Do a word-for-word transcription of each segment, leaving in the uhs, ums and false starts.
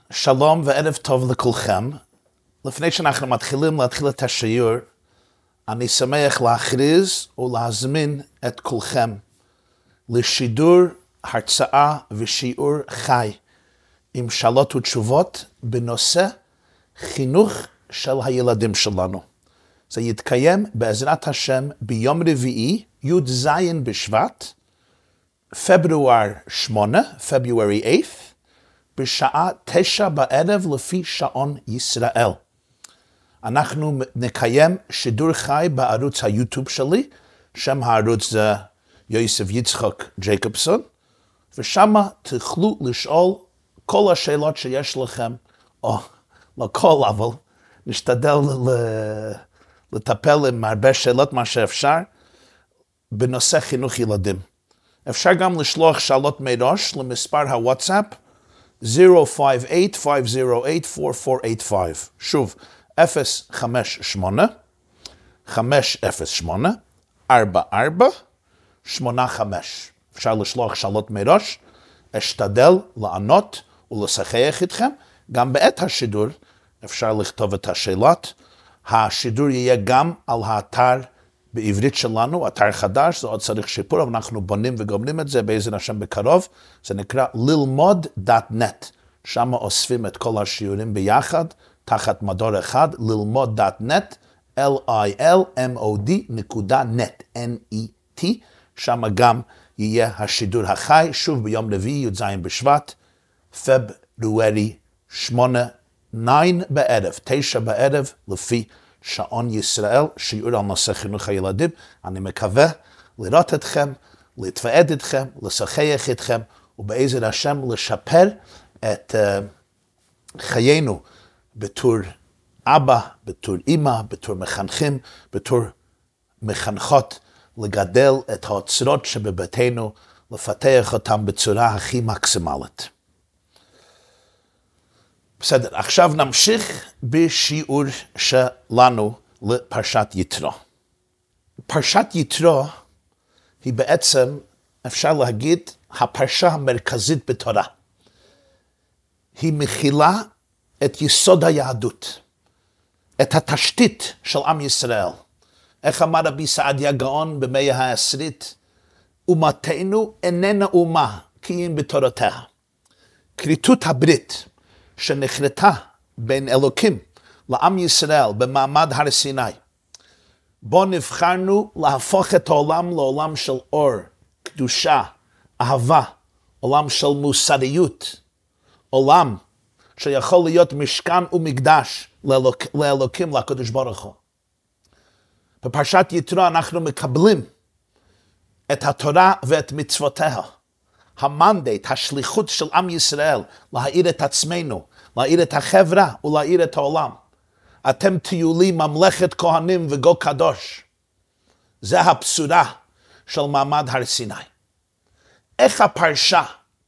שלום וערב טוב לכולכם. לפני שאנחנו מתחילים להתחיל את השיעור, אני שמח להכריז ולהזמין את כולכם לשידור הרצאה ושיעור חי עם שאלות ותשובות בנושא חינוך של הילדים שלנו. זה יתקיים בעזרת השם ביום רביעי, י"ז בשבט, פברואר שמונה, February eighth, בשעה תשע בערב לפי שעון ישראל. אנחנו נקיים שידור חי בערוץ היוטיוב שלי, שם הערוץ זה יוסף יצחק ג'ייקובסון, ושם תוכלו לשאול כל השאלות שיש לכם, או לא כל, אבל נשתדל לטפל עם הרבה שאלות מה שאפשר בנושא חינוך ילדים. אפשר גם לשלוח שאלות מראש למספר הוואטסאפ zero five eight five zero eight four four eight five. שוב, אפס חמש שמונה חמש אפס שמונה ארבע ארבע שמונה חמש. אפשר לשלוח שאלות מראש, אשתדל לענות ולשוחח איתכם. גם בעת השידור אפשר לכתוב את השאלות. השידור יהיה גם על האתר בעברית שלנו, אתר חדש, זה עוד צריך שיפור, אבל אנחנו בונים וגומרים את זה בעזרת השם בקרוב. זה נקרא ללמוד דוט נט. שם אוספים את כל השיעורים ביחד, תחת מדור אחד, ללמוד דוט נט, L-I-L-M-O-D נקודה נט, N-E-T. שם גם יהיה השידור החי, שוב ביום רביעי, י"ז בשבט, פברוארי שמונה, תשע בערב, תשע בערב, לפי שעון ישראל, שיעור על נושא חינוך הילדים. אני מקווה לראות אתכם, להתוועד אתכם, לשוחח אתכם, ובעזרת השם לשפר את uh, חיינו בתור אבא, בתור אמא, בתור מחנכים, בתור מחנכות, לגדל את האוצרות שבביתנו, לפתח אותם בצורה הכי מקסימלית. בסדר, עכשיו נמשיך בשיעור שלנו לפרשת יתרו. פרשת יתרו היא בעצם, אפשר להגיד, הפרשה המרכזית בתורה. היא מכילה את יסוד היהדות, את התשתית של עם ישראל. איך אמר רבי סעדיה גאון במאה העשירית? אומתנו איננה אומה כי אם בתורותיה. כריתות הברית שנחרטה בין אלוקים לעם ישראל במעמד הר סיני, בו נבחרנו להפוך את העולם לעולם של אור, קדושה, אהבה, עולם של מוסריות, עולם שיכול להיות משכן ומקדש לאלוק, לאלוקים, לקדוש ברוך הוא. בפרשת יתרו אנחנו מקבלים את התורה ואת מצוותיה, המנדט, השליחות של עם ישראל, להאיר את עצמנו, להאיר את החברה ולהאיר את העולם. אתם תהיו לי ממלכת כהנים וגוי קדוש. זה הבשורה של מעמד הר סיני. איך הפרשה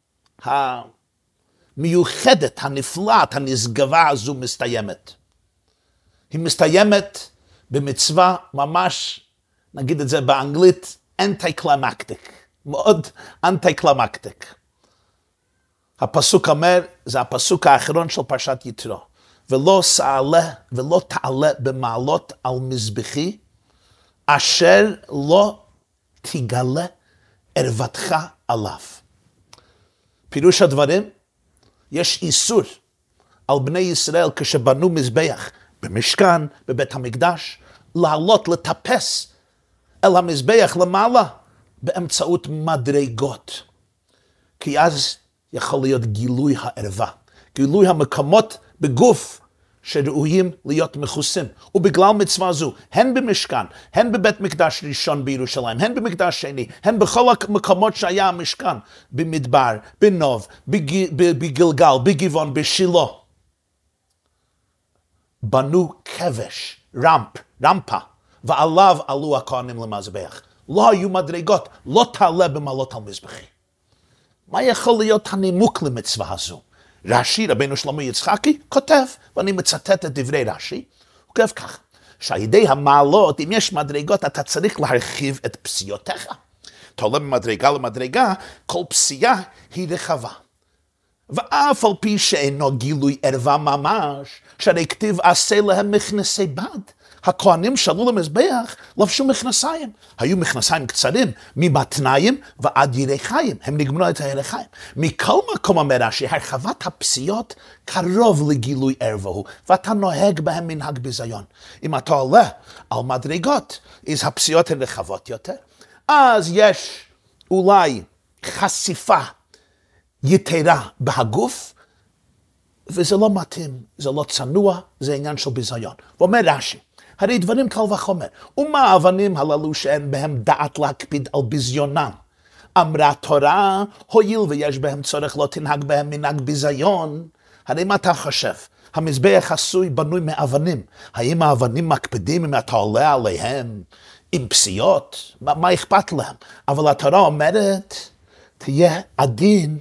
המיוחדת, הנפלאת, הנשגבה הזו מסתיימת? היא מסתיימת במצווה ממש, נגיד את זה באנגלית, anticlimactic. מאוד אנטי-קלמקטיק. הפסוק אומר, זה הפסוק האחרון של פרשת יתרו. ולא סעלה ולא תעלה במעלות על מזבחי, אשר לא תגלה ערוותך עליו. פירוש הדברים, יש איסור על בני ישראל כשבנו מזבח במשכן, בבית המקדש, לעלות, לטפס אל המזבח למעלה, באמצעות מדרגות. כי אז יכול להיות גילוי הערווה, גילוי המקומות בגוף שראויים להיות מכוסים. ובגלל מצווה זו, הן במשכן, הן בבית מקדש ראשון בירושלים, הן במקדש שני, הן בכל המקומות שהיה המשכן, במדבר, בנוב, בג... בגלגל, בגבעון, בשילה, בנו כבש, רמפ, רמפה, ועליו עלו הכהנים למזבח. לא היו מדרגות, לא תעלה במעלות על מזבחי. מה יכול להיות הנימוק למצווה הזו? רש"י, רבנו שלמה יצחקי, כותב, ואני מצטט את דברי רש"י, הוא כותב כך, שעל ידי המעלות, אם יש מדרגות, אתה צריך להרחיב את פסיעותיך. אתה עולה ממדרגה למדרגה, כל פסיעה היא רחבה. ואף על פי שאינו גילוי ערווה ממש, שהרי כתיב עשה להם מכנסי בד. הכהנים שעלו למזבח לבשו מכנסיים. היו מכנסיים קצרים, ממתניים ועד ירי חיים. הם נגמרו את הירי חיים. מכל מקום אומר רש"י, הרחבת הפסיעות קרוב לגילוי ערווה הוא, ואתה נוהג בהם מנהג ביזיון. אם אתה עולה על מדרגות, אז הפסיעות הן רחבות יותר. אז יש אולי חשיפה יתרה בהגוף, וזה לא מתאים, זה לא צנוע, זה עניין של ביזיון. ואומר רש"י, הרי דברים קל וחומר, ומה האבנים הללו שאין בהם דעת להקפיד על ביזיונם? אמרה תורה, הואיל ויש בהם צורך לא תנהג בהם מנהג ביזיון, הרי מה אתה חושב? המזבח עשוי בנוי מאבנים, האם האבנים מקפידים אם אתה עולה עליהם עם פסיעות? מה, מה אכפת להם? אבל התורה אומרת, תהיה עדין,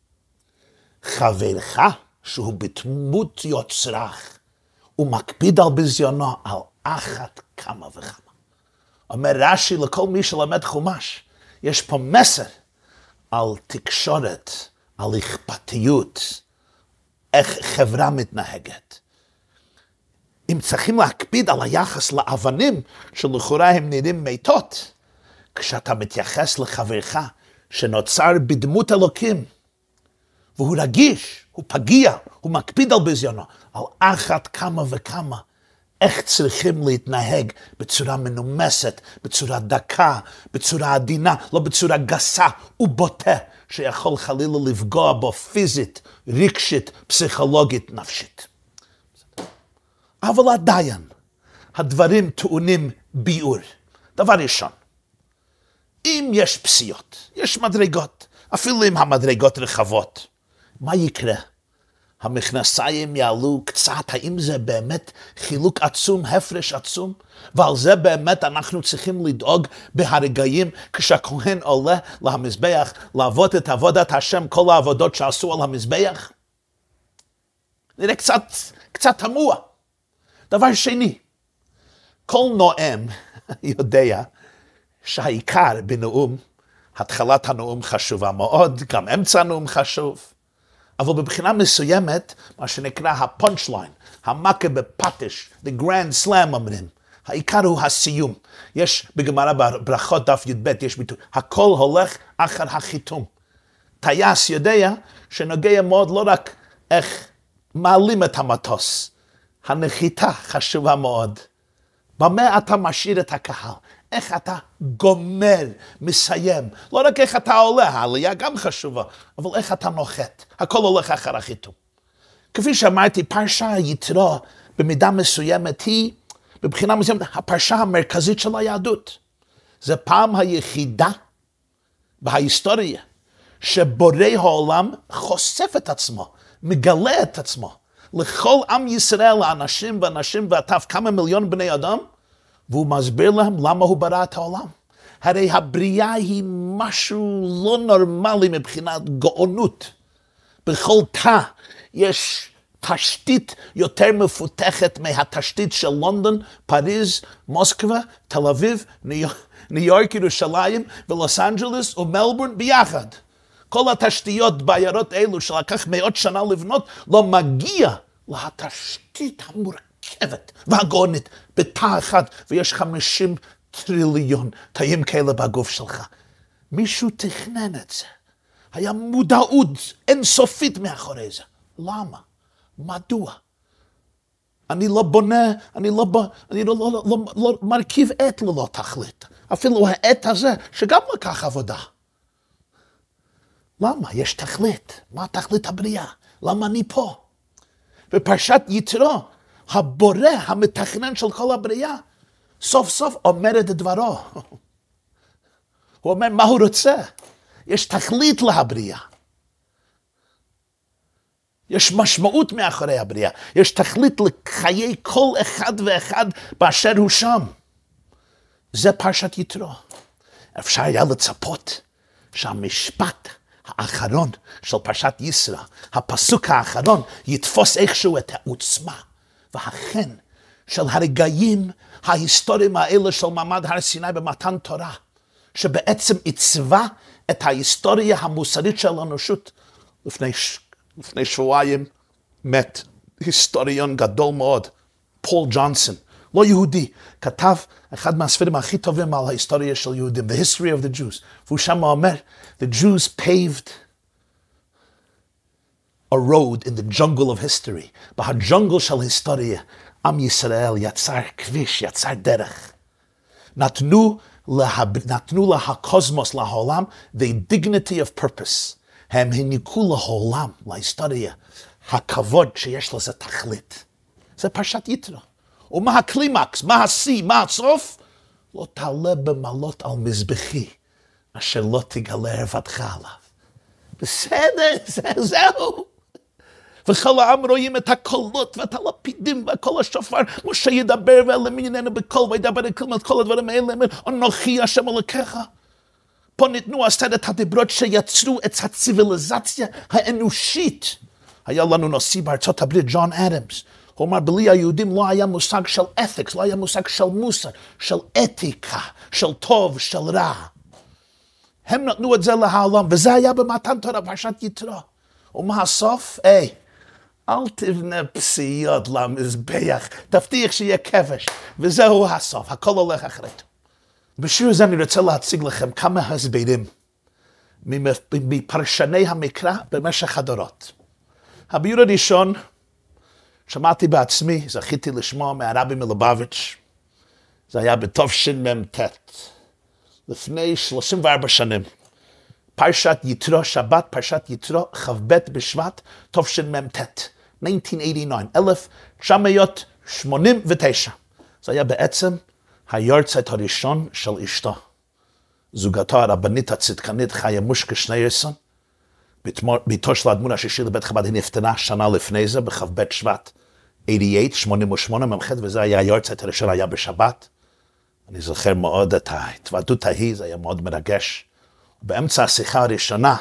חברך שהוא בתמות יוצרך, הוא מקפיד על ביזיונו על אחת כמה וכמה. אומר רש"י לכל מי שלמד חומש, יש פה מסר על תקשורת, על אכפתיות, איך חברה מתנהגת. אם צריכים להקפיד על היחס לאבנים שלכאורה הם נראים מתות, כשאתה מתייחס לחברך שנוצר בדמות אלוקים, והוא רגיש, הוא פגיע, הוא מקפיד על ביזיונו, על אחת כמה וכמה, איך צריכים להתנהג בצורה מנומסת, בצורה דקה, בצורה עדינה, לא בצורה גסה ובוטה, שיכול חלילה לפגוע בו פיזית, רגשית, פסיכולוגית, נפשית. אבל עדיין, הדברים טעונים ביאור. דבר ראשון, אם יש פסיעות, יש מדרגות, אפילו אם המדרגות רחבות, מה יקרה? המכנסיים יעלו קצת, האם זה באמת חילוק עצום, הפרש עצום? ועל זה באמת אנחנו צריכים לדאוג בהרגעים כשהכהן עולה למזבח, לעבוד את עבודת השם, כל העבודות שעשו על המזבח? נראה קצת, קצת תמוה. דבר שני, כל נואם יודע שהעיקר בנאום, התחלת הנאום חשובה מאוד, גם אמצע הנאום חשוב, אבל בבחינה מסוימת, מה שנקרא הפאנץ' ליין, המכה בפטיש, the grand slam אומרים, העיקר הוא הסיום. יש בגמרא ברכות דף י"ב, יש ביטוי, הכל הולך אחר החיתום. טייס יודע שנוגע מאוד לא רק איך מעלים את המטוס, הנחיתה חשובה מאוד. במה אתה משאיר את הקהל? איך אתה גומר, מסיים. לא רק איך אתה עולה, העלייה גם חשובה, אבל איך אתה נוחת. הכל הולך אחר החיתום. כפי שאמרתי, פרשה יתרו במידה מסוימת היא, בבחינה מסוימת, הפרשה המרכזית של היהדות. זה פעם היחידה בהיסטוריה שבורא העולם חושף את עצמו, מגלה את עצמו. לכל עם ישראל, לאנשים ואנשים ועטף כמה מיליון בני אדם, והוא מסביר להם למה הוא ברא את העולם. הרי הבריאה היא משהו לא נורמלי מבחינת גאונות. בכל תא יש תשתית יותר מפותחת מהתשתית של לונדון, פריז, מוסקבה, תל אביב, ניו יורק, ירושלים ולוס אנג'לס ומלבורן ביחד. כל התשתיות בעיירות אלו שלקח מאות שנה לבנות לא מגיע לתשתית המורכבת והגאונית בתא אחד, ויש חמישים טריליון תאים כאלה בגוף שלך. מישהו תכנן את זה. היה מודעות אינסופית מאחורי זה. למה? מדוע? אני לא בונה, אני לא, אני לא, לא, לא, לא מרכיב עת ללא תכלית. אפילו העת הזה שגם לקח עבודה. למה? יש תכלית. מה תכלית הבריאה? למה אני פה? בפרשת יתרו, הבורא, המתכנן של כל הבריאה, סוף סוף אומר את דברו. הוא אומר מה הוא רוצה. יש תכלית להבריאה. יש משמעות מאחורי הבריאה. יש תכלית לחיי כל אחד ואחד באשר הוא שם. זה פרשת יתרו. אפשר היה לצפות שהמשפט האחרון של פרשת ישרא, הפסוק האחרון, יתפוס איכשהו את העוצמה והחן של הרגעים ההיסטוריים האלה של מעמד הר סיני במתן תורה, שבעצם עיצבה את ההיסטוריה המוסרית של האנושות לפני לפני שבועיים מת היסטוריון גדול מאוד, פול ג'ונסון, לא יהודי, כתב אחד מהספרים הכי טובים על ההיסטוריה של יהודים, The History of the Jews, והוא שם אומר, the Jews paved a road in the jungle of history, בהג'ונגל של היסטוריה, עם ישראל יצר כביש, יצר דרך. נתנו, לה, נתנו להקוסמוס, לעולם, the dignity of purpose. הם העניקו לעולם, להיסטוריה, הכבוד שיש לזה תכלית. זה פרשת יתרו. ומה הקלימקס, מה השיא, מה הסוף? לא תעלה במעלות על מזבחי, אשר לא תגלה ערוותך עליו. בסדר, זה, זהו. וכל העם רואים את הקולות ואת הלפידים והקול השופר, משה ידבר ואלמיננו בקול וידבר את כל הדברים האלה, אנוכי השם אלוקיך. פה ניתנו עשרת הדיברות שיצרו את הציוויליזציה האנושית. היה לנו נשיא בארצות הברית, ג'ון אדמס. הוא אמר, בלי היהודים לא היה מושג של אתיקס, לא היה מושג של מוסר, של אתיקה, של טוב, של רע. הם נתנו את זה לעולם, וזה היה במתן תורה, פרשת יתרו. ומה הסוף? היי, אל תבנה פסיעות למזבח, תבטיח שיהיה כבש, וזהו הסוף, הכל הולך אחרת. בשיעור זה אני רוצה להציג לכם כמה הסברים מפרשני המקרא במשך הדורות. הביור הראשון, שמעתי בעצמי, זכיתי לשמוע מהרבי מלובביץ', זה היה בתשמ"ט, לפני שלושים וארבע שנים. פרשת יתרו, שבת, פרשת יתרו, כ"ב בשבט, תשמ"ט, אלף תשע מאות שמונים ותשע. זה היה בעצם היורצייט הראשון של אשתו. זוגתו הרבנית הצדקנית חיה מושקה שניירסון, ביתו של האדמו"ר השישי לבית חב"ד, היא נפטרה שנה לפני זה, בכ"ב שבט, שמונים ושמונה ממחד, וזה היה היורצייט הראשון, היה בשבת. אני זוכר מאוד את ההתוועדות ההיא, זה היה מאוד מרגש. באמצע השיחה הראשונה,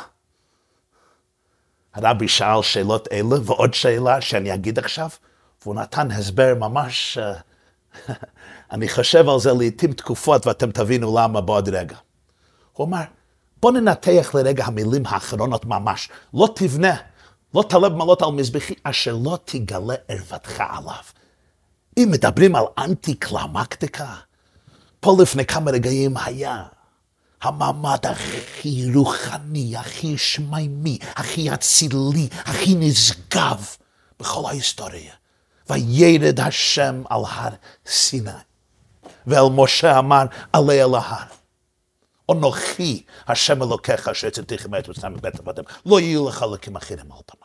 הרבי שאל שאלות אלה, ועוד שאלה שאני אגיד עכשיו, והוא נתן הסבר ממש, אני חושב על זה לעתים תקופות, ואתם תבינו למה בעוד רגע. הוא אמר, בוא ננתח לרגע המילים האחרונות ממש. לא תבנה, לא תעלה במעלות על מזבחי, אשר לא תגלה ערוותך עליו. אם מדברים על אנטי-קלמקטיקה, פה לפני כמה רגעים היה המעמד הכי רוחני, הכי שמימי, הכי אצילי, הכי נשגב בכל ההיסטוריה. וירד השם על הר סיני, ואל משה אמר, עלה אל ההר. אנוכי השם אלוקיך אשר הוצאתיך מארץ מצרים מבית עבדים, לא יהיו לך אלוקים אחרים אל תאמר.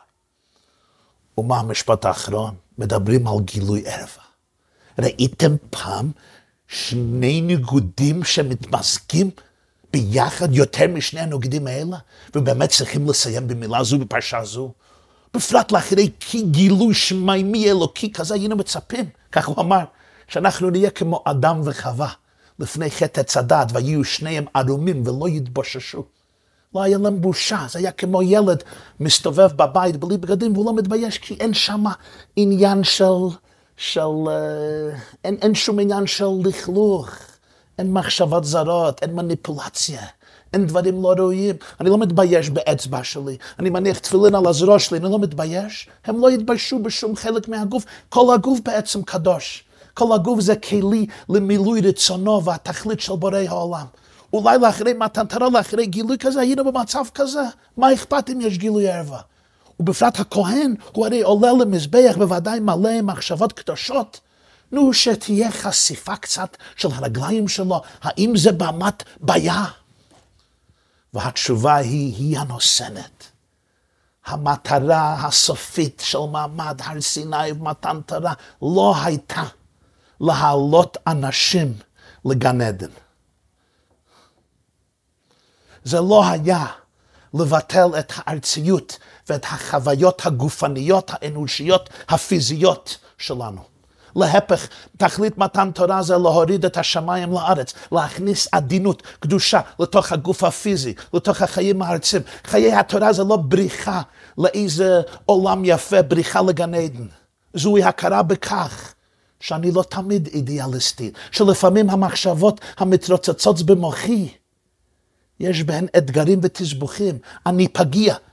ומה המשפט האחרון? מדברים על גילוי ערווה. ראיתם פעם שני ניגודים שמתמזגים ביחד יותר משני הנוגדים האלה, ובאמת צריכים לסיים במילה זו בפרשה זו? בפרט לאחרי גילוי שמימי אלוקי כזה היינו מצפים, כך הוא אמר, שאנחנו נהיה כמו אדם וחווה, לפני חטא עץ הדת, והיו שניהם ערומים ולא יתבוששו. לא היה להם בושה, זה היה כמו ילד מסתובב בבית בלי בגדים, והוא לא מתבייש, כי אין שם עניין של, של uh, אין, אין שום עניין של לכלוך, אין מחשבות זרות, אין מניפולציה, אין דברים לא ראויים. אני לא מתבייש באצבע שלי, אני מניח תפילין על הזרוע שלי, אני לא מתבייש. הם לא יתביישו בשום חלק מהגוף, כל הגוף בעצם קדוש. כל הגוף זה כלי למילוי רצונו והתכלית של בורא העולם. אולי לאחרי מתן תורה, לאחרי גילוי כזה, היינו במצב כזה. מה אכפת אם יש גילוי ערווה? ובפרט הכהן, הוא הרי עולה למזבח בוודאי מלא מחשבות קדושות. נו, שתהיה חשיפה קצת של הרגליים שלו, האם זה באמת בעיה? והתשובה היא, היא הנוסנת. המטרה הסופית של מעמד הר סיני ומתן תורה לא הייתה להעלות אנשים לגן עדן. זה לא היה לבטל את הארציות ואת החוויות הגופניות, האנושיות, הפיזיות שלנו. להפך, תכלית מתן תורה זה להוריד את השמיים לארץ, להכניס עדינות, קדושה, לתוך הגוף הפיזי, לתוך החיים הארציים. חיי התורה זה לא בריחה לאיזה עולם יפה, בריחה לגן עדן. זוהי הכרה בכך שאני לא תמיד אידיאליסטי, שלפעמים המחשבות המתרוצצות במוחי, יש בהן אתגרים ותסבוכים. אני פגיע,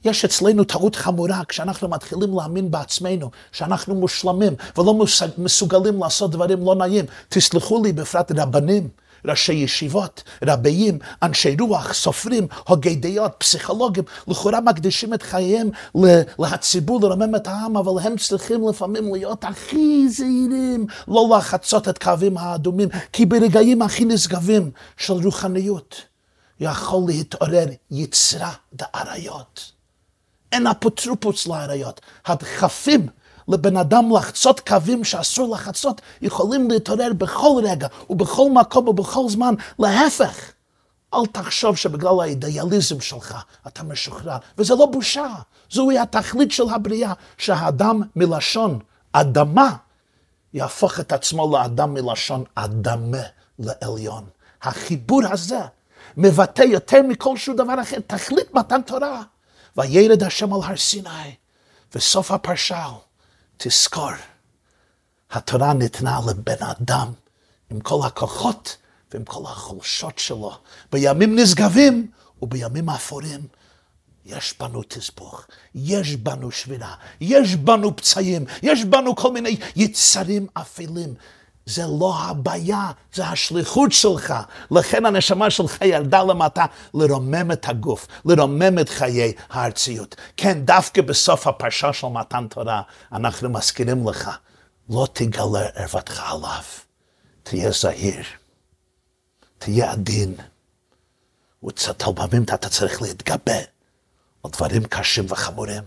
יש אצלנו טעות חמורה כשאנחנו מתחילים להאמין בעצמנו, שאנחנו מושלמים ולא מסוגלים לעשות דברים לא נעים. תסלחו לי, בפרט רבנים, ראשי ישיבות, רבאים, אנשי רוח, סופרים, הוגי דעות, פסיכולוגים, לכאורה מקדישים את חייהם לציבור, לרומם את העם, אבל הם צריכים לפעמים להיות הכי זהירים, לא לחצות את קווים האדומים, כי ברגעים הכי נשגבים של רוחניות, יכול להתעורר יצרה דאריות. אין אפוטרופוס לאריות. הדחפים לבן אדם לחצות קווים שאסור לחצות, יכולים להתעורר בכל רגע, ובכל מקום ובכל זמן. להפך, אל תחשוב שבגלל האידיאליזם שלך אתה משוחרר. וזה לא בושה. זוהי התכלית של הבריאה, שהאדם מלשון אדמה, יהפוך את עצמו לאדם מלשון אדמה לעליון. החיבור הזה מבטא יותר מכל שום דבר אחר, תכלית מתן תורה. וירד השם על הר סיני, וסוף הפרשה, תזכור, התורה ניתנה לבן אדם, עם כל הכוחות ועם כל החולשות שלו. בימים נשגבים ובימים אפורים, יש בנו תסבוך, יש בנו שבירה, יש בנו פצעים, יש בנו כל מיני יצרים אפלים. זה לא הבעיה, זה השליחות שלך. לכן הנשמה שלך ירדה למטה לרומם את הגוף, לרומם את חיי הארציות. כן, דווקא בסוף הפרשה של מתן תורה, אנחנו מזכירים לך, לא תגלה ערוותך עליו. תהיה זהיר, תהיה עדין, וקצת פעמים אתה צריך להתגבר על דברים קשים וחמורים.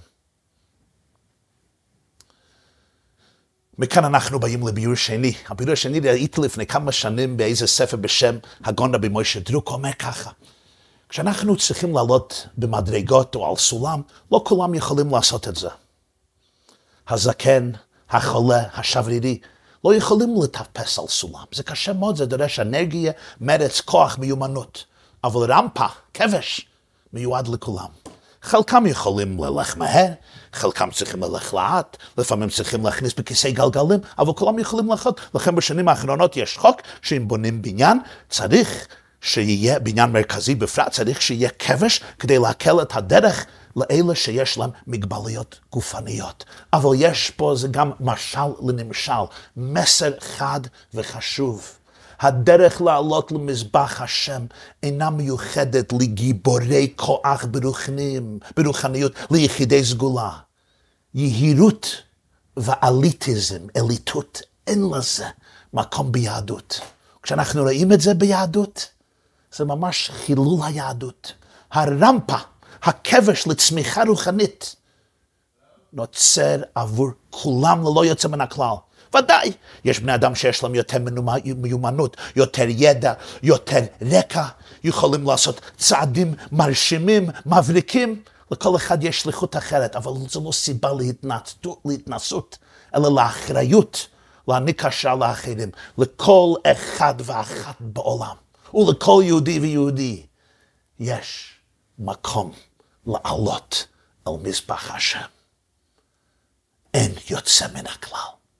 מכאן אנחנו באים לביור שני. הביור השני ראיתי לפני כמה שנים באיזה ספר בשם הגאון רבי מוישה דרוק, אומר ככה. כשאנחנו צריכים לעלות במדרגות או על סולם, לא כולם יכולים לעשות את זה. הזקן, החולה, השברירי, לא יכולים לטפס על סולם. זה קשה מאוד, זה דורש אנרגיה, מרץ, כוח, מיומנות. אבל רמפה, כבש, מיועד לכולם. חלקם יכולים ללך מהר, חלקם צריכים ללך לאט, לפעמים צריכים להכניס בכיסא גלגלים, אבל כולם יכולים ללכות. לכן בשנים האחרונות יש חוק שאם בונים בניין, צריך שיהיה בניין מרכזי בפרט, צריך שיהיה כבש כדי להקל את הדרך לאלה שיש להם מגבליות גופניות. אבל יש פה זה גם משל לנמשל, מסר חד וחשוב. הדרך לעלות למזבח השם אינה מיוחדת לגיבורי כוח ברוחנים, ברוחניות, ליחידי סגולה. יהירות ואליטיזם, אליטות, אין לזה מקום ביהדות. כשאנחנו רואים את זה ביהדות, זה ממש חילול היהדות. הרמפה, הכבש לצמיחה רוחנית, נוצר עבור כולם ללא יוצא מן הכלל. ודאי, יש בני אדם שיש להם יותר מיומנות, יותר ידע, יותר רקע, יכולים לעשות צעדים מרשימים, מבריקים. לכל אחד יש שליחות אחרת, אבל זו לא סיבה להתנסות, להתנסות, אלא לאחריות, להעניק השראה לאחרים, לכל אחד ואחת בעולם, ולכל יהודי ויהודי, יש מקום לעלות על מזבח השם. אין יוצא מן הכלל.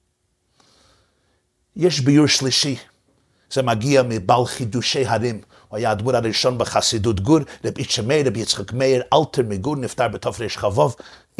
יש ביור שלישי, זה מגיע מבעל חידושי הרים, הוא היה הדמות הראשון בחסידות גור, רב יצחק מאיר, רב יצחק מאיר, אלתר מגור, נפטר בתר"ש חבוב,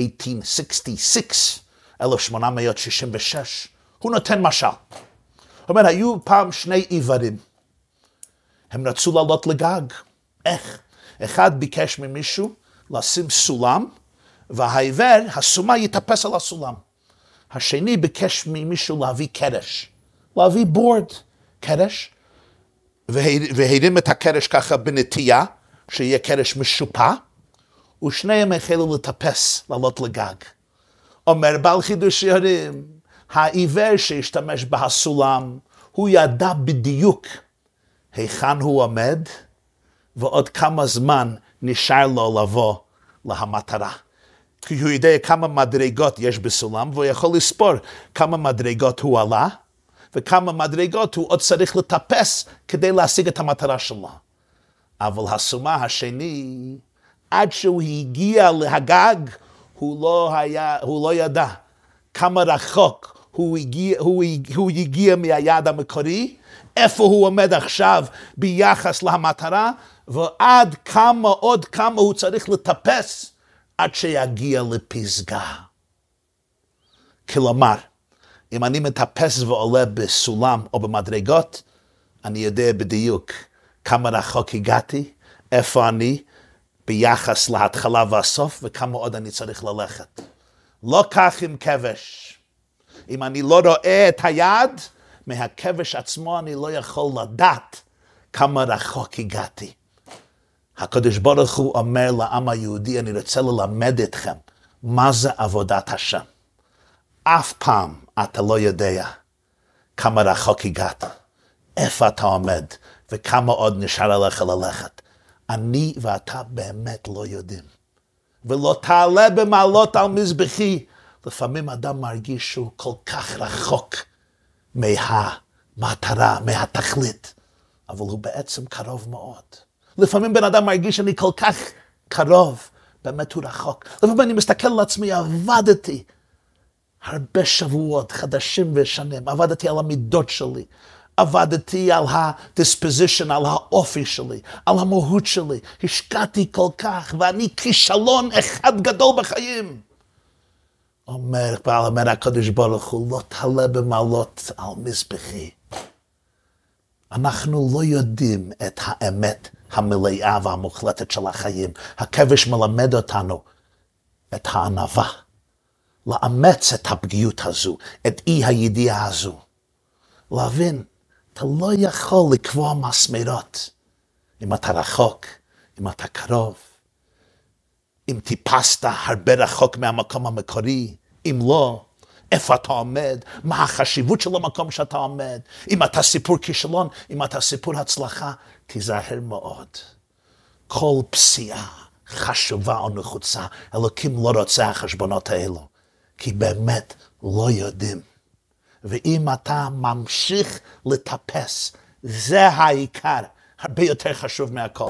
אלף שמונה מאות שישים ושש. הוא נותן משל. הוא אומר, היו פעם שני עיוורים, הם רצו לעלות לגג. איך? אחד ביקש ממישהו לשים סולם, והעיוור, הסומה יתאפס על הסולם. השני ביקש ממישהו להביא קרש. להביא בורד, קרש, והרים את הקרש ככה בנטייה, שיהיה קרש משופע, ושניהם החלו לטפס, לעלות לגג. אומר בעל חידושי הרים, העיוור שהשתמש בהסולם, הוא ידע בדיוק היכן הוא עומד, ועוד כמה זמן נשאר לו לבוא להמטרה. כי הוא יודע כמה מדרגות יש בסולם, והוא יכול לספור כמה מדרגות הוא עלה, וכמה מדרגות הוא עוד צריך לטפס כדי להשיג את המטרה שלו. אבל הסומה השני, עד שהוא הגיע להגג, הוא לא, היה, הוא לא ידע כמה רחוק הוא הגיע, הוא, הוא הגיע מהיעד המקורי, איפה הוא עומד עכשיו ביחס למטרה, ועד כמה, עוד כמה הוא צריך לטפס עד שיגיע לפסגה. כלומר, אם אני מטפס ועולה בסולם או במדרגות, אני יודע בדיוק כמה רחוק הגעתי, איפה אני, ביחס להתחלה והסוף, וכמה עוד אני צריך ללכת. לא כך עם כבש. אם אני לא רואה את היד, מהכבש עצמו אני לא יכול לדעת כמה רחוק הגעתי. הקדוש ברוך הוא אומר לעם היהודי, אני רוצה ללמד אתכם מה זה עבודת השם. אף פעם אתה לא יודע כמה רחוק הגעת, איפה אתה עומד, וכמה עוד נשאר עליך ללכת. אני ואתה באמת לא יודעים. ולא תעלה במעלות על מזבחי. לפעמים אדם מרגיש שהוא כל כך רחוק מהמטרה, מהתכלית, אבל הוא בעצם קרוב מאוד. לפעמים בן אדם מרגיש שאני כל כך קרוב, באמת הוא רחוק. לפעמים אני מסתכל על עצמי, עבדתי הרבה שבועות, חדשים ושנים, עבדתי על המידות שלי, עבדתי על ה-disposition, על האופי שלי, על המהות שלי, השקעתי כל כך, ואני כישלון אחד גדול בחיים. אומר, אומר הקדוש ברוך הוא, לא תעלה במעלות על מזבחי. אנחנו לא יודעים את האמת המלאה והמוחלטת של החיים. הכבש מלמד אותנו את הענווה, לאמץ את הפגיעות הזו, את אי הידיעה הזו. להבין, אתה לא יכול לקבוע מסמרות. אם אתה רחוק, אם אתה קרוב, אם טיפסת הרבה רחוק מהמקום המקורי, אם לא, איפה אתה עומד, מה החשיבות של המקום שאתה עומד, אם אתה סיפור כישלון, אם אתה סיפור הצלחה, תיזהר מאוד. כל פסיעה חשובה או נחוצה, אלוקים לא רוצה החשבונות האלו, כי באמת לא יודעים. ואם אתה ממשיך לטפס, זה העיקר, הרבה יותר חשוב מהכל.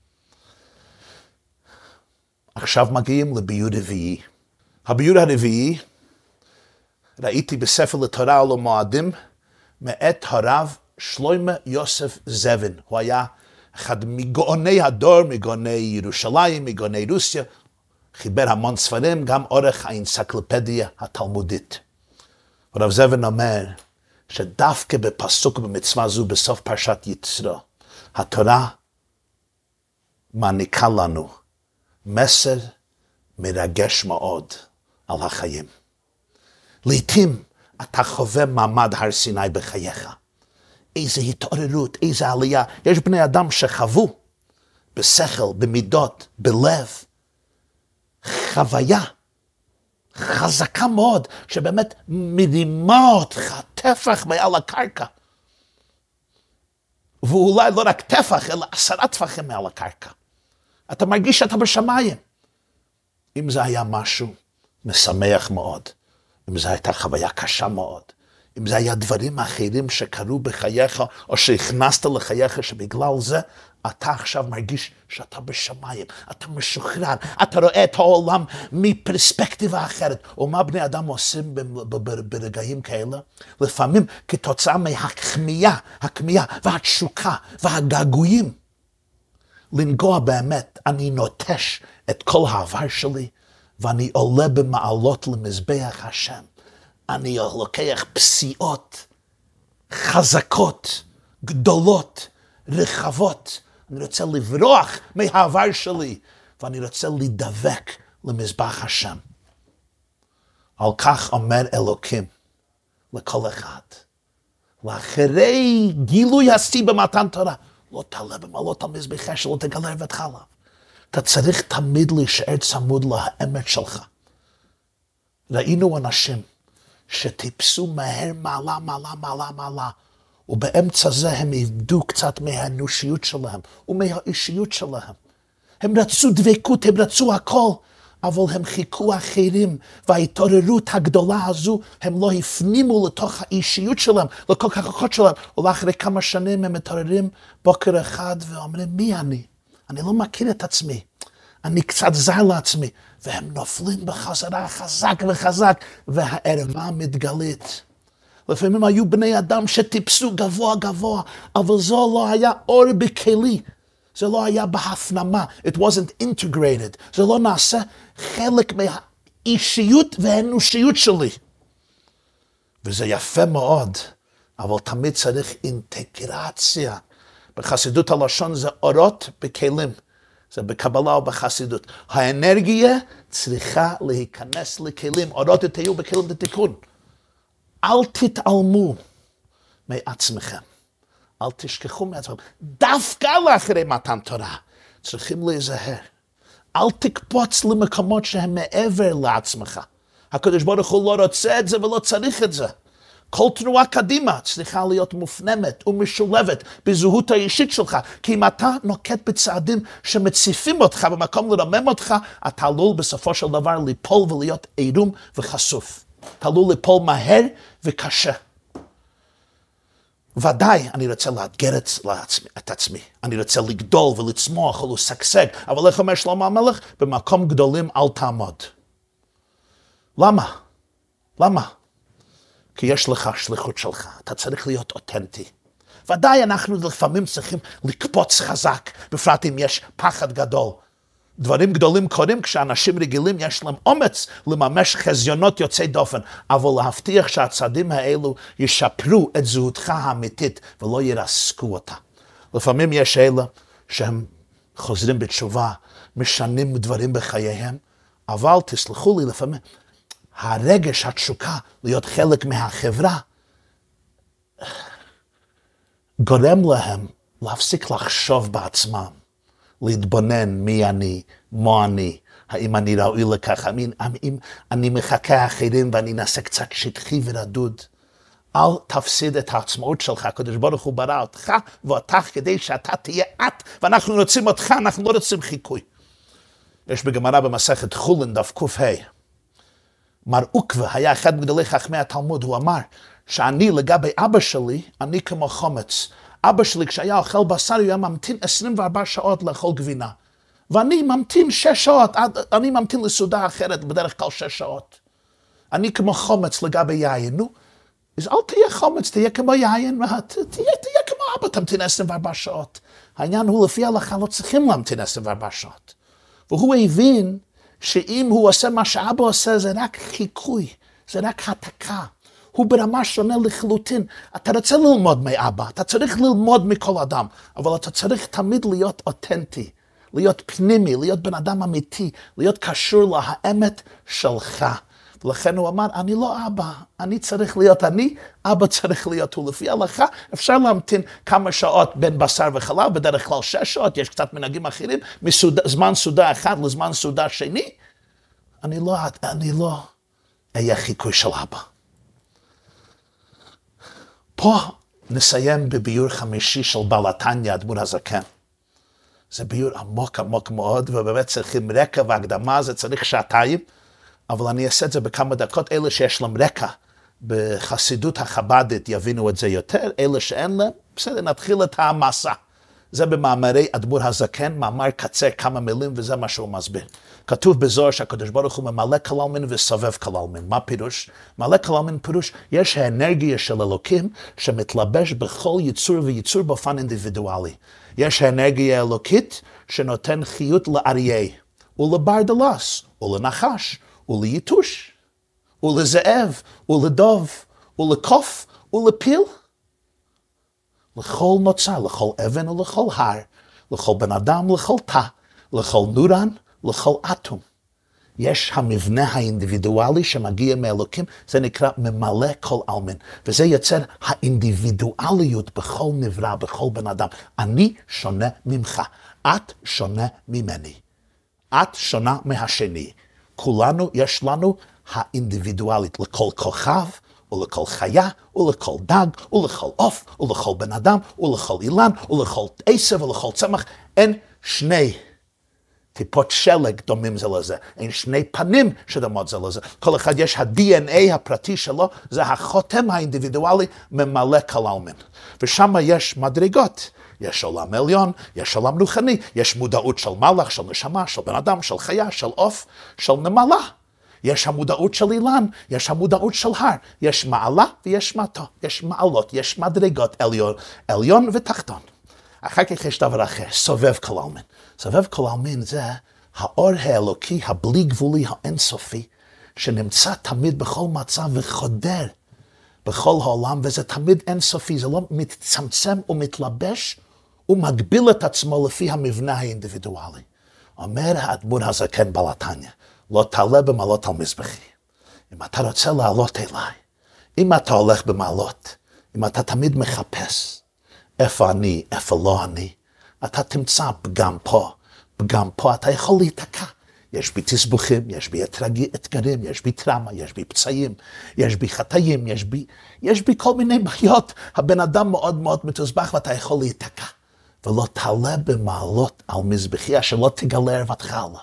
עכשיו מגיעים לביור רביעי. הביור הרביעי, ראיתי בספר לתורה ולמועדים, מאת הרב שלמה יוסף זבין. הוא היה אחד מגאוני הדור, מגאוני ירושלים, מגאוני רוסיה, חיבר המון ספרים, גם עורך האנציקלופדיה התלמודית. הרב זבין אומר שדווקא בפסוק במצווה זו בסוף פרשת יתרו, התורה מעניקה לנו מסר מרגש מאוד על החיים. לעתים אתה חווה מעמד הר סיני בחייך. איזו התעוררות, איזו עלייה. יש בני אדם שחוו בשכל, במידות, בלב, חוויה חזקה מאוד, שבאמת מרימה אותך טפח מעל הקרקע. ואולי לא רק טפח, אלא עשרה טפחים מעל הקרקע. אתה מרגיש שאתה בשמיים. אם זה היה משהו משמח מאוד, אם זו הייתה חוויה קשה מאוד, אם זה היה דברים אחרים שקרו בחייך, או שהכנסת לחייך שבגלל זה, אתה עכשיו מרגיש שאתה בשמיים, אתה משוחרר, אתה רואה את העולם מפרספקטיבה אחרת. ומה בני אדם עושים ברגעים כאלה? לפעמים כתוצאה מהכמיהה, הכמיהה והתשוקה והגעגועים. לנגוע באמת, אני נוטש את כל העבר שלי, ואני עולה במעלות למזבח השם. אני לוקח פסיעות חזקות, גדולות, רחבות. אני רוצה לברוח מהעבר שלי, ואני רוצה לדבק למזבח השם. על כך אומר אלוקים לכל אחד. לאחרי גילוי השיא במתן תורה, לא תעלה במעלות על מזבחי שלא תגלה עבדך עליו. אתה צריך תמיד להישאר צמוד לאמת שלך. ראינו אנשים שטיפסו מהר מעלה, מעלה, מעלה, מעלה, ובאמצע זה הם איבדו קצת מהאנושיות שלהם ומהאישיות שלהם. הם רצו דבקות, הם רצו הכל, אבל הם חיכו אחרים, וההתעוררות הגדולה הזו, הם לא הפנימו לתוך האישיות שלהם, לתוך הכוחות שלהם, ולאחרי כמה שנים הם מתעוררים בוקר אחד ואומרים, מי אני? אני לא מכיר את עצמי, אני קצת זר לעצמי, והם נופלים בחזרה חזק וחזק, והערווה מתגלית. לפעמים היו בני אדם שטיפסו גבוה גבוה, אבל זו לא היה אור בכלי, זה לא היה בהפנמה. It wasn't integrated. זה לא נעשה חלק מהאישיות והאנושיות שלי. וזה יפה מאוד, אבל תמיד צריך אינטגרציה. בחסידות הלשון זה אורות בכלים. זה בקבלה או בחסידות. האנרגיה צריכה להיכנס לכלים. אורות תהיו בכלים לתיקון. אל תתעלמו מעצמכם. אל תשכחו מעצמכם. דווקא לאחרי מתן תורה צריכים להיזהר. אל תקפוץ למקומות שהם מעבר לעצמך. הקדוש ברוך הוא לא רוצה את זה ולא צריך את זה. כל תנועה קדימה צריכה להיות מופנמת ומשולבת בזהות האישית שלך, כי אם אתה נוקט בצעדים שמציפים אותך במקום לרמם אותך, אתה עלול בסופו של דבר ליפול ולהיות עירום וחשוף. אתה עלול ליפול מהר וקשה. ודאי אני רוצה לאתגר את, לעצמי, את עצמי, אני רוצה לגדול ולצמוח ולשגשג, אבל איך אומר שלמה המלך? במקום גדולים אל תעמוד. למה? למה? כי יש לך שליחות שלך, אתה צריך להיות אותנטי. ודאי אנחנו לפעמים צריכים לקפוץ חזק, בפרט אם יש פחד גדול. דברים גדולים קורים כשאנשים רגילים יש להם אומץ לממש חזיונות יוצאי דופן, אבל להבטיח שהצעדים האלו ישפרו את זהותך האמיתית ולא ירסקו אותה. לפעמים יש אלה שהם חוזרים בתשובה, משנים דברים בחייהם, אבל תסלחו לי לפעמים, הרגש, התשוקה, להיות חלק מהחברה, גורם להם להפסיק לחשוב בעצמם, להתבונן מי אני, מה אני, האם אני ראוי לכך, האם, האם אני מחכה אחרים ואני נעשה קצת שטחי ורדוד. אל תפסיד את העצמאות שלך, הקדוש ברוך הוא ברא אותך ואותך כדי שאתה תהיה את, ואנחנו רוצים אותך, אנחנו לא רוצים חיקוי. יש בגמרא במסכת חולין דף ק"ה, מר עוקווה היה אחד מגדולי חכמי התלמוד, הוא אמר שאני לגבי אבא שלי, אני כמו חומץ. אבא שלי כשהיה אוכל בשר, הוא היה ממתין עשרים וארבע שעות לאכול גבינה. ואני ממתין שש שעות, אני ממתין לסעודה אחרת, בדרך כלל שש שעות. אני כמו חומץ לגבי יין, נו, אז אל תהיה חומץ, תהיה כמו יין, תהיה, תהיה כמו אבא, תמתין עשרים וארבע שעות. העניין הוא לפי ההלכה, לא צריכים להמתין עשרים וארבע שעות. והוא הבין שאם הוא עושה מה שאבא עושה, זה רק חיקוי, זה רק התקה. הוא ברמה שונה לחלוטין. אתה רוצה ללמוד מאבא, אתה צריך ללמוד מכל אדם, אבל אתה צריך תמיד להיות אותנטי, להיות פנימי, להיות בן אדם אמיתי, להיות קשור לאמת שלך. ולכן הוא אמר, אני לא אבא, אני צריך להיות אני, אבא צריך להיות הוא. לפי ההלכה אפשר להמתין כמה שעות בין בשר וחלב, בדרך כלל שש שעות, יש קצת מנהגים אחרים, מזמן סעודה אחד לזמן סעודה שני. אני לא, אני לא אהיה חיקוי של אבא. פה נסיים בביור חמישי של בעל התניא, אדמו"ר הזקן. זה ביור עמוק עמוק מאוד, ובאמת צריכים רקע והקדמה, זה צריך שעתיים, אבל אני אעשה את זה בכמה דקות. אלה שיש להם רקע בחסידות החב"דית יבינו את זה יותר, אלה שאין להם, בסדר, נתחיל את המסע. זה במאמרי אדמו"ר הזקן, מאמר קצר כמה מילים, וזה מה שהוא מסביר. כתוב בזוהר שהקדוש ברוך הוא ממלא כל העלמין וסובב כל העלמין. מה פירוש? מלא כל העלמין פירוש, יש האנרגיה של אלוקים שמתלבש בכל יצור ויצור באופן אינדיבידואלי. יש האנרגיה האלוקית שנותן חיות לאריה, ולברדלס, ולנחש, וליתוש, ולזאב, ולדוב, ולקוף, ולפיל. לכל נוצר, לכל אבן ולכל הר, לכל בן אדם, לכל תא, לכל נורן, לכל אטום. יש המבנה האינדיבידואלי שמגיע מאלוקים, זה נקרא ממלא כל עלמין, וזה יוצר האינדיבידואליות בכל נברא, בכל בן אדם. אני שונה ממך, את שונה ממני, את שונה מהשני. כולנו, יש לנו האינדיבידואלית לכל כוכב, ולכל חיה, ולכל דג, ולכל עוף, ולכל בן אדם, ולכל אילן, ולכל עשב, ולכל צמח. אין שני טיפות שלג דומים זה לזה. אין שני פנים שדומות זה לזה. כל אחד יש ה-די אן איי הפרטי שלו, זה החותם האינדיבידואלי ממלא כל העלמין. ושם יש מדרגות. יש עולם עליון, יש עולם רוחני, יש מודעות של מלאך, של נשמה, של בן אדם, של חיה, של עוף, של נמלה. יש המודעות של אילן, יש המודעות של הר, יש מעלה ויש מטה, יש מעלות, יש מדרגות עליון, עליון ותחתון. אחר כך יש דבר אחר, סובב כל העלמין. סובב כל העלמין זה האור האלוקי, הבלי גבולי, האינסופי, שנמצא תמיד בכל מצב וחודר בכל העולם, וזה תמיד אינסופי, זה לא מתצמצם ומתלבש, ומגביל את עצמו לפי המבנה האינדיבידואלי. אומר האדמו"ר הזקן בעל התניא, לא תעלה במעלות על מזבחי. אם אתה רוצה לעלות אליי, אם אתה הולך במעלות, אם אתה תמיד מחפש איפה אני, איפה לא אני, אתה תמצא פגם פה, פגם פה, אתה יכול להיתקע. יש בי תסבוכים, יש בי אתגרים, יש בי טראומה, יש בי פצעים, יש בי חטאים, יש בי, יש בי כל מיני בעיות. הבן אדם מאוד מאוד מתוסבך ואתה יכול להיתקע. ולא תעלה במעלות על מזבחי, אשר לא תגלה ערוותך עליו.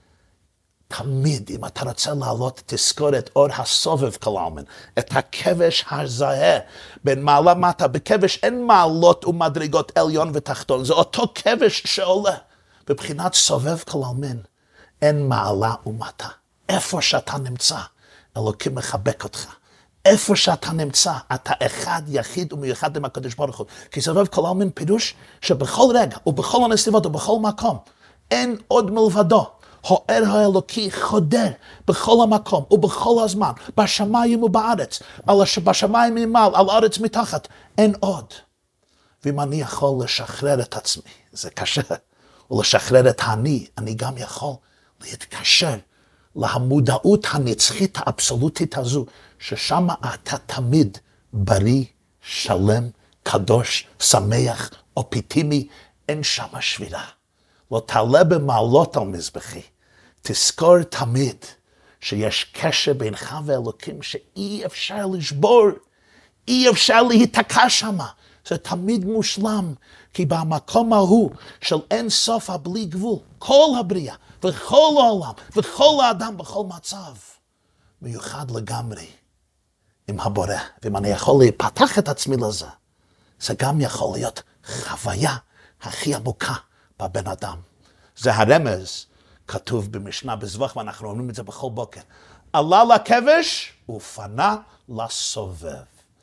תמיד, אם אתה רוצה לעלות, תזכור את אור הסובב כל העלמין, את הכבש הזהה בין מעלה מטה. בכבש אין מעלות ומדרגות עליון ותחתון, זה אותו כבש שעולה. בבחינת סובב כל העלמין, אין מעלה ומטה. איפה שאתה נמצא, אלוקים מחבק אותך. איפה שאתה נמצא, אתה אחד, יחיד ומיוחד עם הקדוש ברוך הוא. כי סובב כל העלמין פירוש שבכל רגע ובכל הנסיבות ובכל מקום, אין עוד מלבדו. האור האלוקי חודר בכל המקום ובכל הזמן, בשמיים ובארץ, בשמיים ממעל, על הארץ מתחת, אין עוד. ואם אני יכול לשחרר את עצמי, זה קשה, ולשחרר את אני, אני גם יכול להתקשר למודעות הנצחית האבסולוטית הזו, ששם אתה תמיד בריא, שלם, קדוש, שמח, אופטימי, אין שם שבירה. לא תעלה במעלות על מזבחי. תזכור תמיד שיש קשר בינך ואלוקים שאי אפשר לשבור, אי אפשר להיתקע שם. זה תמיד מושלם, כי במקום ההוא של אין סוף הבלי גבול, כל הבריאה וכל העולם וכל האדם בכל מצב, מיוחד לגמרי עם הבורא. ואם אני יכול להיפתח את עצמי לזה, זה גם יכול להיות חוויה הכי עמוקה בבן אדם. זה הרמז, כתוב במשנה בזבח, ואנחנו אומרים את זה בכל בוקר. עלה לכבש ופנה לסובב.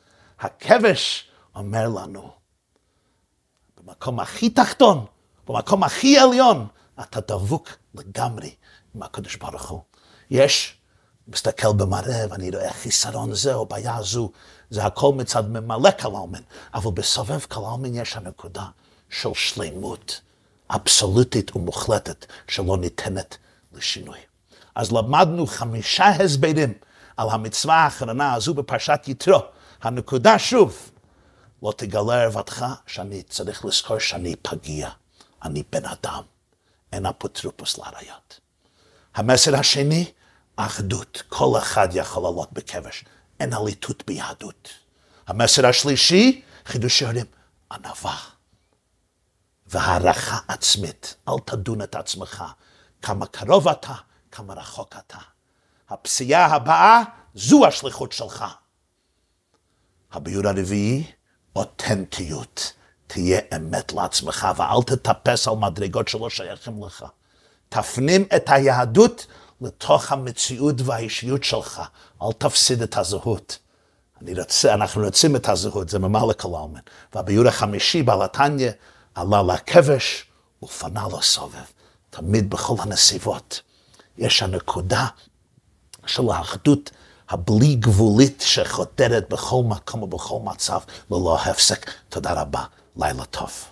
הכבש אומר לנו, במקום הכי תחתון, במקום הכי עליון, אתה דבוק לגמרי עם הקדוש ברוך הוא. יש, מסתכל במראה ואני רואה חיסרון זה או בעיה זו, זה הכל מצד ממלא כל העלמין, אבל בסובב כל העלמין יש הנקודה של שלמות אבסולוטית ומוחלטת שלא ניתנת לשינוי. אז למדנו חמישה הסברים על המצווה האחרונה הזו בפרשת יתרו. הנקודה שוב, לא תגלה ערוותך, שאני צריך לזכור שאני פגיע, אני בן אדם, אין אפוטרופוס לעריות. המסר השני, אחדות, כל אחד יכול לעלות בכבש, אין עליתות ביהדות. המסר השלישי, חידוש שערים, ענווה. והערכה עצמית, אל תדון את עצמך, כמה קרוב אתה, כמה רחוק אתה. הפסיעה הבאה, זו השליחות שלך. הביור הרביעי, אותנטיות, תהיה אמת לעצמך, ואל תטפס על מדרגות שלא שייכים לך. תפנים את היהדות לתוך המציאות והאישיות שלך, אל תפסיד את הזהות. אני רוצה, אנחנו רוצים את הזהות, זה ממלא כל העלמין. והביור החמישי, בעל התניא, עלה לכבש ופנה לסובב. תמיד בכל הנסיבות יש הנקודה של האחדות הבלי גבולית שחותרת בכל מקום ובכל מצב ללא הפסק. תודה רבה, לילה טוב.